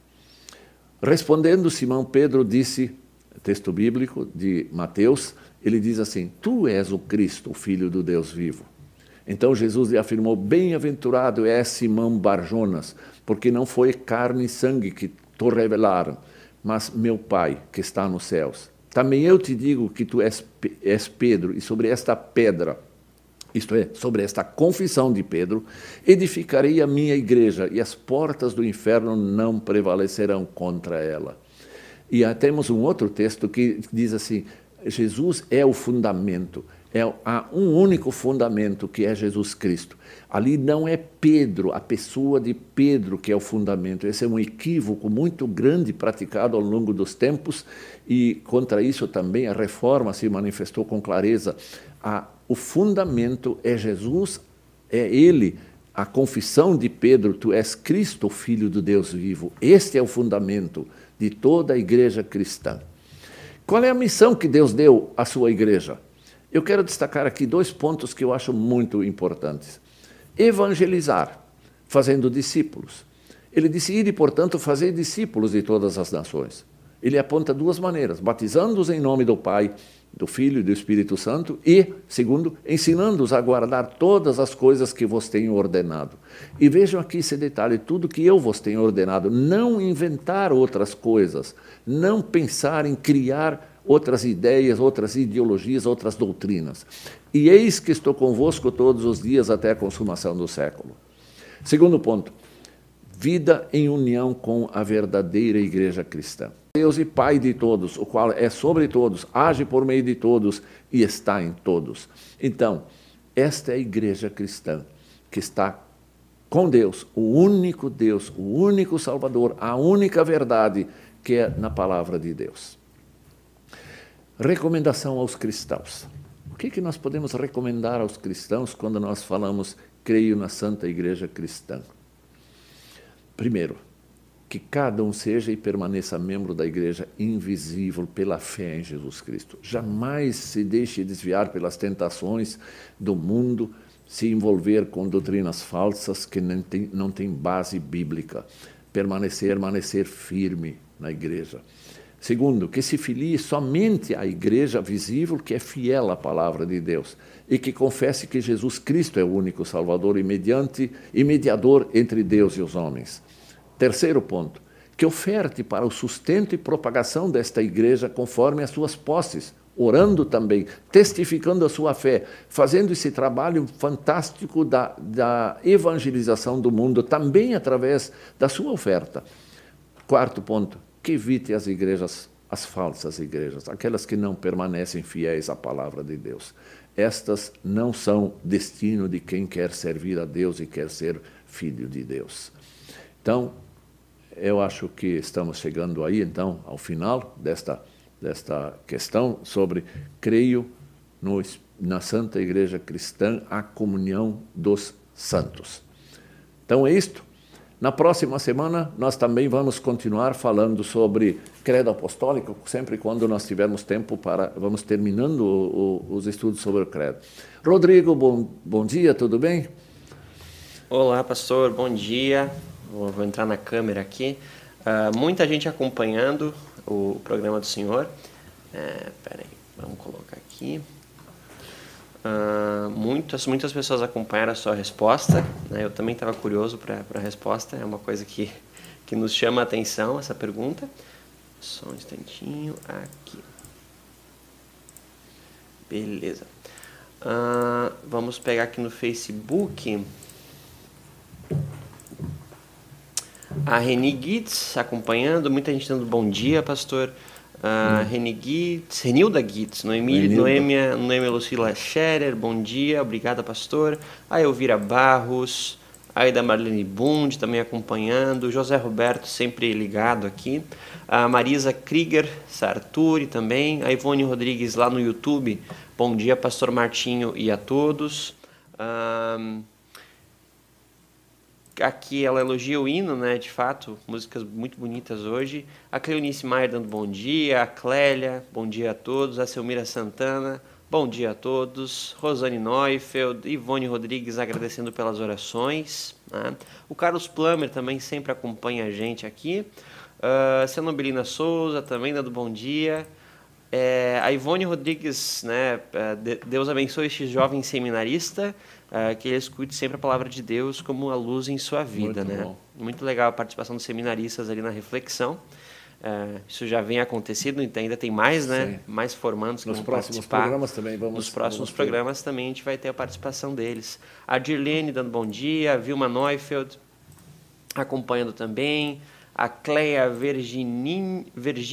Respondendo, Simão Pedro disse, texto bíblico de Mateus, ele diz assim: tu és o Cristo, o Filho do Deus vivo. Então Jesus lhe afirmou: bem-aventurado é Simão Barjonas, porque não foi carne e sangue que te revelaram, mas meu Pai que está nos céus. Também eu te digo que tu és Pedro, e sobre esta pedra, isto é, sobre esta confissão de Pedro, edificarei a minha igreja, e as portas do inferno não prevalecerão contra ela. E temos um outro texto que diz assim: Jesus é o fundamento, há um único fundamento, que é Jesus Cristo. Ali não é Pedro, a pessoa de Pedro que é o fundamento. Esse é um equívoco muito grande praticado ao longo dos tempos, e contra isso também a Reforma se manifestou com clareza. O fundamento é Jesus, é Ele. A confissão de Pedro: tu és Cristo, o Filho do Deus vivo. Este é o fundamento de toda a igreja cristã. Qual é a missão que Deus deu à sua igreja? Eu quero destacar aqui 2 pontos que eu acho muito importantes. Evangelizar, fazendo discípulos. Ele disse: ide, portanto, fazer discípulos de todas as nações. Ele aponta 2 maneiras: batizando-os em nome do Pai, do Filho e do Espírito Santo, e, segundo, ensinando-os a guardar todas as coisas que vos tenho ordenado. E vejam aqui esse detalhe: tudo que eu vos tenho ordenado, não inventar outras coisas, não pensar em criar outras ideias, outras ideologias, outras doutrinas. E eis que estou convosco todos os dias até a consumação do século. Segundo ponto: vida em união com a verdadeira igreja cristã. Deus e Pai de todos, o qual é sobre todos, age por meio de todos e está em todos. Então, esta é a igreja cristã, que está com Deus, o único Salvador, a única verdade, que é na palavra de Deus. Recomendação aos cristãos. O que nós podemos recomendar aos cristãos quando nós falamos creio na Santa Igreja Cristã? Primeiro, que cada um seja e permaneça membro da igreja invisível pela fé em Jesus Cristo. Jamais se deixe desviar pelas tentações do mundo, se envolver com doutrinas falsas que não têm base bíblica. Permanecer firme na igreja. Segundo, que se filie somente à igreja visível, que é fiel à palavra de Deus, e que confesse que Jesus Cristo é o único Salvador e mediador entre Deus e os homens. Terceiro ponto, que oferte para o sustento e propagação desta igreja conforme as suas posses, orando também, testificando a sua fé, fazendo esse trabalho fantástico da evangelização do mundo, também através da sua oferta. Quarto ponto, que evite as igrejas, as falsas igrejas, aquelas que não permanecem fiéis à palavra de Deus. Estas não são destino de quem quer servir a Deus e quer ser filho de Deus. Então, eu acho que estamos chegando aí, então, ao final desta questão sobre creio na Santa Igreja Cristã, a comunhão dos santos. Então é isto. Na próxima semana, nós também vamos continuar falando sobre credo apostólico, sempre quando nós tivermos tempo vamos terminando os estudos sobre o credo. Rodrigo, bom dia, tudo bem? Olá, pastor, bom dia. Vou entrar na câmera aqui. Muita gente acompanhando o programa do senhor. Peraí, vamos colocar aqui. Muitas pessoas acompanharam a sua resposta, né? Eu também estava curioso para a resposta, é uma coisa que nos chama a atenção, essa pergunta. Só um instantinho aqui. Beleza. Vamos pegar aqui no Facebook. A Reni Gitz acompanhando, muita gente dando bom dia, pastor. Renilda Gitz, Noêmia Lucila Scherer, bom dia, obrigada, pastor. A Elvira Barros, a Aida Marlene Bund também acompanhando, José Roberto sempre ligado aqui, a Marisa Krieger Sarturi também, a Ivone Rodrigues lá no YouTube, bom dia, pastor Martinho e a todos. Aqui ela elogia o hino, né? De fato, músicas muito bonitas hoje. A Cleonice Maier dando bom dia. A Clélia, bom dia a todos. A Selmira Santana, bom dia a todos. Rosane Neufeld, Ivone Rodrigues agradecendo pelas orações, né? O Carlos Plummer também sempre acompanha a gente aqui. Senobelina Souza também dando bom dia. A Ivone Rodrigues, né? Deus abençoe este jovem seminarista. Que ele escute sempre a palavra de Deus como a luz em sua vida, muito né? Bom. Muito legal a participação dos seminaristas ali na reflexão. Isso já vem acontecendo, então ainda tem mais, né? Sim. Mais formandos que Nos vão próximos participar. programas também Nos próximos programas também a gente vai ter a participação deles. A Dirlene dando bom dia, a Vilma Neufeld acompanhando também. A Cleia Virgínio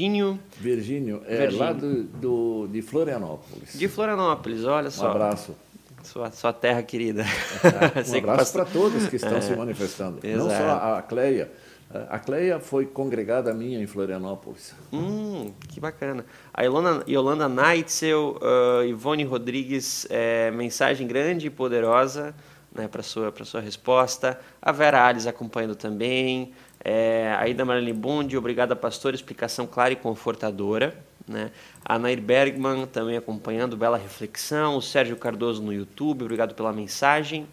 lá de Florianópolis. De Florianópolis, olha só. Um abraço. Sua terra querida. Um abraço para todos que estão se manifestando. Exato. Não só a Cleia. A Cleia foi congregada minha em Florianópolis. Que bacana. A Yolanda Neitzel, Ivone Rodrigues, mensagem grande e poderosa, né, para sua resposta. A Vera Alves acompanhando também. A Ida Marlene Bund, obrigada, pastor, explicação clara e confortadora. Né? A Nair Bergman também acompanhando, bela reflexão. O Sérgio Cardoso no YouTube, obrigado pela mensagem.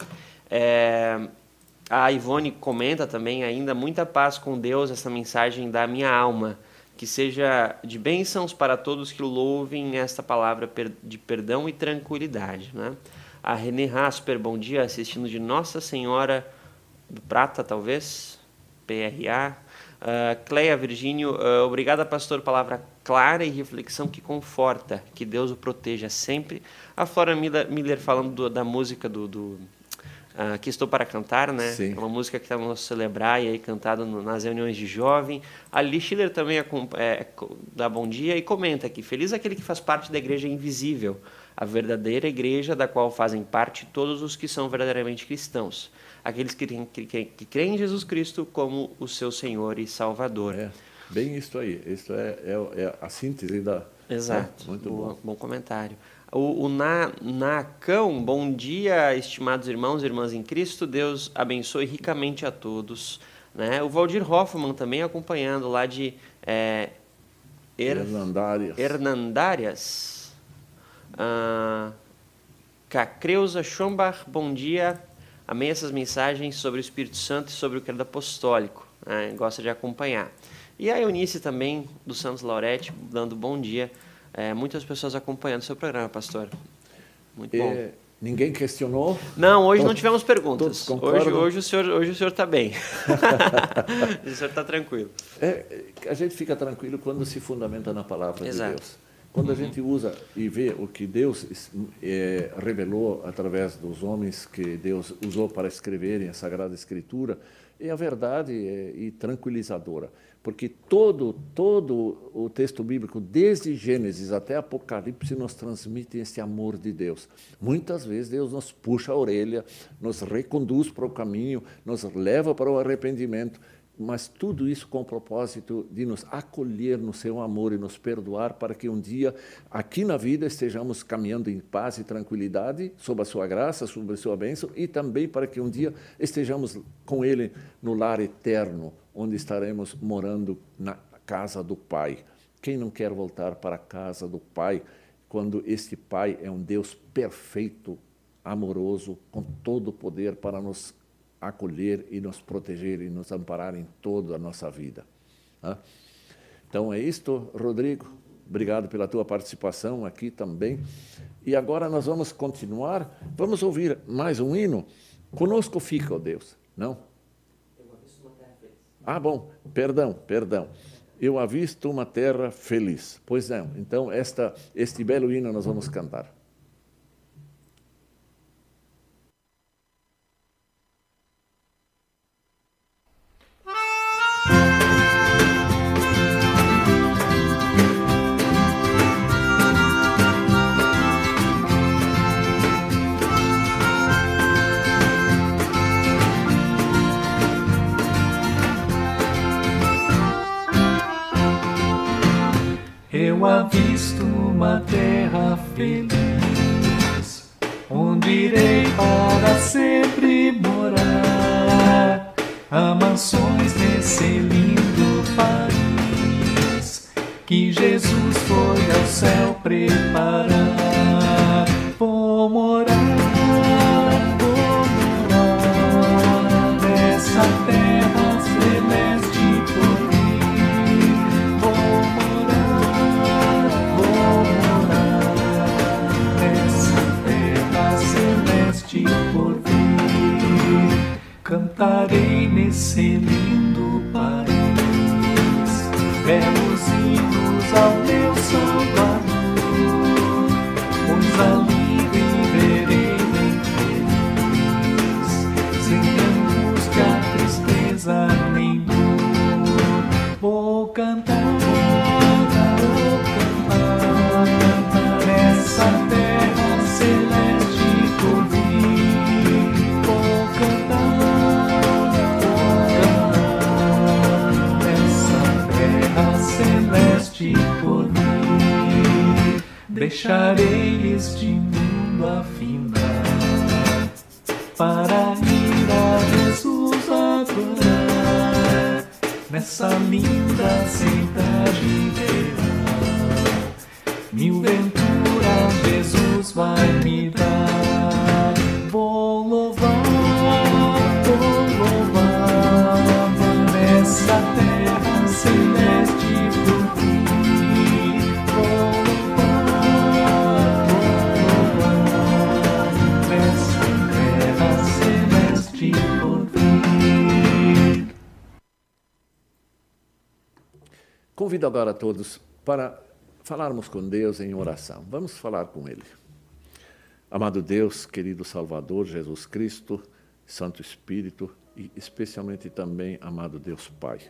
A Ivone comenta também ainda, muita paz com Deus, essa mensagem da minha alma, que seja de bênçãos para todos que louvem esta palavra de perdão e tranquilidade. Né? A René Rasper, bom dia, assistindo de Nossa Senhora do Prata, talvez, PRA. Cleia Virgínio, obrigada, pastor, palavra clara e reflexão que conforta, que Deus o proteja sempre. A Flora Miller falando da música que estou para cantar, né? Sim. É uma música que vamos celebrar e aí cantada nas reuniões de jovem. A Lee Schiller também dá bom dia e comenta aqui, feliz aquele que faz parte da igreja invisível, a verdadeira igreja da qual fazem parte todos os que são verdadeiramente cristãos, aqueles que creem em Jesus Cristo como o seu Senhor e Salvador. Bem isso aí. Isso é a síntese da... Exato. Muito bom comentário. O Nacão, bom dia, estimados irmãos e irmãs em Cristo, Deus abençoe ricamente a todos. Né? O Valdir Hoffman também acompanhando lá de Hernandárias. Cacreuza Schombach, bom dia. Amei essas mensagens sobre o Espírito Santo e sobre o credo apostólico. Né? Gosta de acompanhar. E a Eunice também, do Santos Laurete, dando bom dia. Muitas pessoas acompanhando o seu programa, pastor. Muito bom. Ninguém questionou? Não, hoje não tivemos perguntas. Hoje o senhor está bem. O senhor está tranquilo. A gente fica tranquilo quando se fundamenta na palavra Exato. de Deus. Quando a gente usa e vê o que Deus revelou através dos homens que Deus usou para escreverem a Sagrada Escritura, é a verdade e tranquilizadora. Porque todo o texto bíblico, desde Gênesis até Apocalipse, nos transmite esse amor de Deus. Muitas vezes Deus nos puxa a orelha, nos reconduz para o caminho, nos leva para o arrependimento, mas tudo isso com o propósito de nos acolher no seu amor e nos perdoar para que um dia, aqui na vida, estejamos caminhando em paz e tranquilidade, sob a sua graça, sob a sua bênção, e também para que um dia estejamos com Ele no lar eterno, onde estaremos morando na casa do Pai. Quem não quer voltar para a casa do Pai, quando este Pai é um Deus perfeito, amoroso, com todo o poder para nos acolher e nos proteger e nos amparar em toda a nossa vida. Então é isto, Rodrigo. obrigado pela tua participação aqui também. E agora nós vamos continuar, vamos ouvir mais um hino. Conosco fica, ó Deus, não? Eu avisto uma terra feliz. Ah, bom, perdão. Eu avisto uma terra feliz. Pois não, então este belo hino nós vamos cantar. Eu avisto uma terra feliz, onde irei para sempre morar. Há mansões nesse lindo país, que Jesus foi ao céu preparar. Vou morar nessa terra celeste por mim. Vou morar nessa terra celeste por vir. Cantarei nesse lindo país belos hinos ao meu Salvador, pois ali viverei bem feliz, sem angústia, tristeza nem dor. Vou cantar nessa terra celeste por vir. Vou cantar nessa terra celeste por vir. Deixarei este mundo afinal para ir a Jesus adorar. Nessa linda cidade real, mil venturas Jesus vai me dar. Vou louvar nessa terra celeste por vir. Vou louvar nessa terra celeste por vir. Convido agora a todos para falarmos com Deus em oração. Vamos falar com Ele. Amado Deus, querido Salvador, Jesus Cristo, Santo Espírito e especialmente também amado Deus Pai.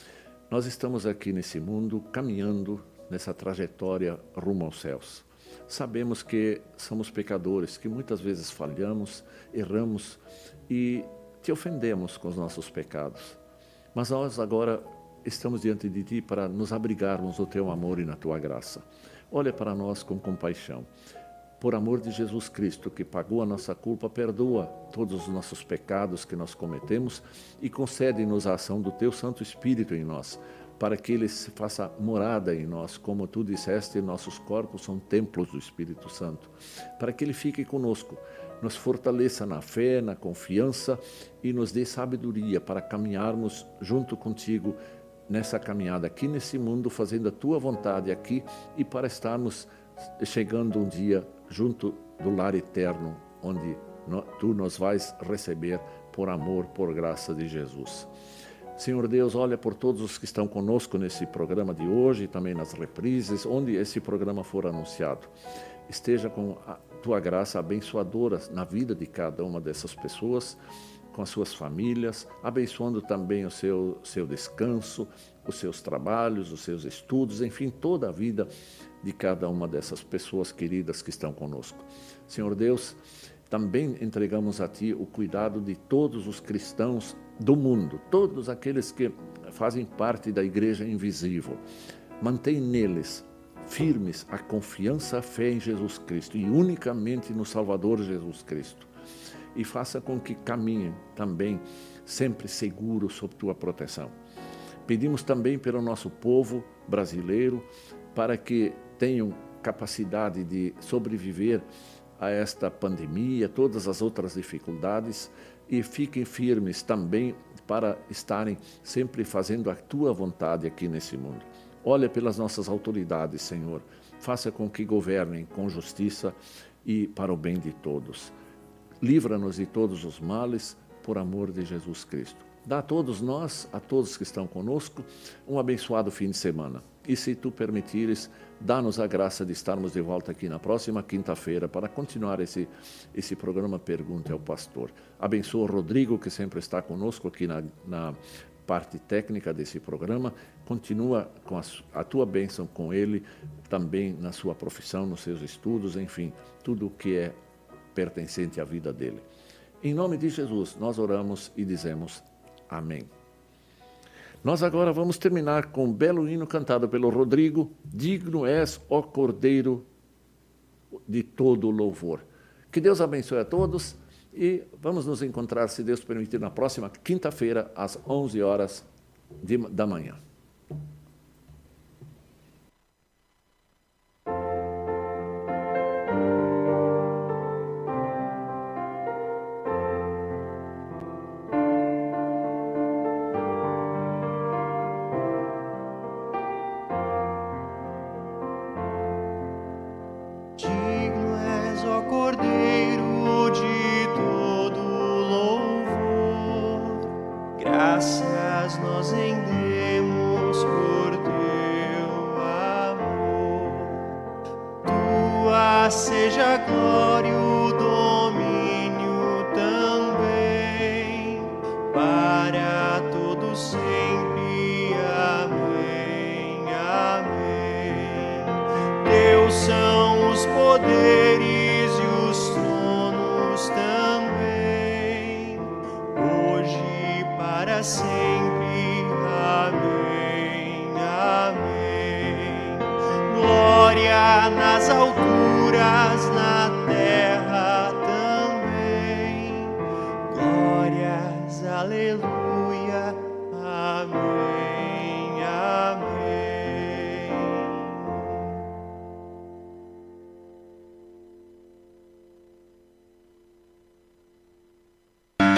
Nós estamos aqui nesse mundo caminhando nessa trajetória rumo aos céus. Sabemos que somos pecadores, que muitas vezes falhamos, erramos e te ofendemos com os nossos pecados. Mas nós agora estamos diante de Ti para nos abrigarmos no Teu amor e na Tua graça. Olha para nós com compaixão. Por amor de Jesus Cristo, que pagou a nossa culpa, perdoa todos os nossos pecados que nós cometemos e concede-nos a ação do Teu Santo Espírito em nós, para que Ele se faça morada em nós, como Tu disseste, nossos corpos são templos do Espírito Santo, para que Ele fique conosco, nos fortaleça na fé, na confiança e nos dê sabedoria para caminharmos junto contigo nessa caminhada aqui nesse mundo, fazendo a Tua vontade aqui e para estarmos chegando um dia junto do lar eterno, onde Tu nos vais receber por amor, por graça de Jesus. Senhor Deus, olha por todos os que estão conosco nesse programa de hoje e também nas reprises, onde esse programa for anunciado. Esteja com a Tua graça abençoadora na vida de cada uma dessas pessoas, com as suas famílias, abençoando também o seu descanso, os seus trabalhos, os seus estudos, enfim, toda a vida de cada uma dessas pessoas queridas que estão conosco. Senhor Deus, também entregamos a Ti o cuidado de todos os cristãos do mundo, todos aqueles que fazem parte da Igreja Invisível. Mantém neles firmes a confiança, a fé em Jesus Cristo e unicamente no Salvador Jesus Cristo. E faça com que caminhem também sempre seguros sob Tua proteção. Pedimos também pelo nosso povo brasileiro para que tenham capacidade de sobreviver a esta pandemia, todas as outras dificuldades e fiquem firmes também para estarem sempre fazendo a Tua vontade aqui nesse mundo. Olha pelas nossas autoridades, Senhor. Faça com que governem com justiça e para o bem de todos. Livra-nos de todos os males, por amor de Jesus Cristo. Dá a todos nós, a todos que estão conosco, um abençoado fim de semana. E se tu permitires, dá-nos a graça de estarmos de volta aqui na próxima quinta-feira para continuar esse programa Pergunte ao Pastor. Abençoa o Rodrigo, que sempre está conosco aqui na parte técnica desse programa. Continua com a tua bênção com ele, também na sua profissão, nos seus estudos, enfim, tudo o que é pertencente à vida dele. Em nome de Jesus, nós oramos e dizemos amém. Nós agora vamos terminar com um belo hino cantado pelo Rodrigo, Digno és, ó Cordeiro de todo louvor. Que Deus abençoe a todos e vamos nos encontrar, se Deus permitir, na próxima quinta-feira, às 11 horas da manhã. Graças nós rendemos por teu amor. Tua seja a glória e o domínio também, para todos sempre. Amém, amém. Teus são os poderes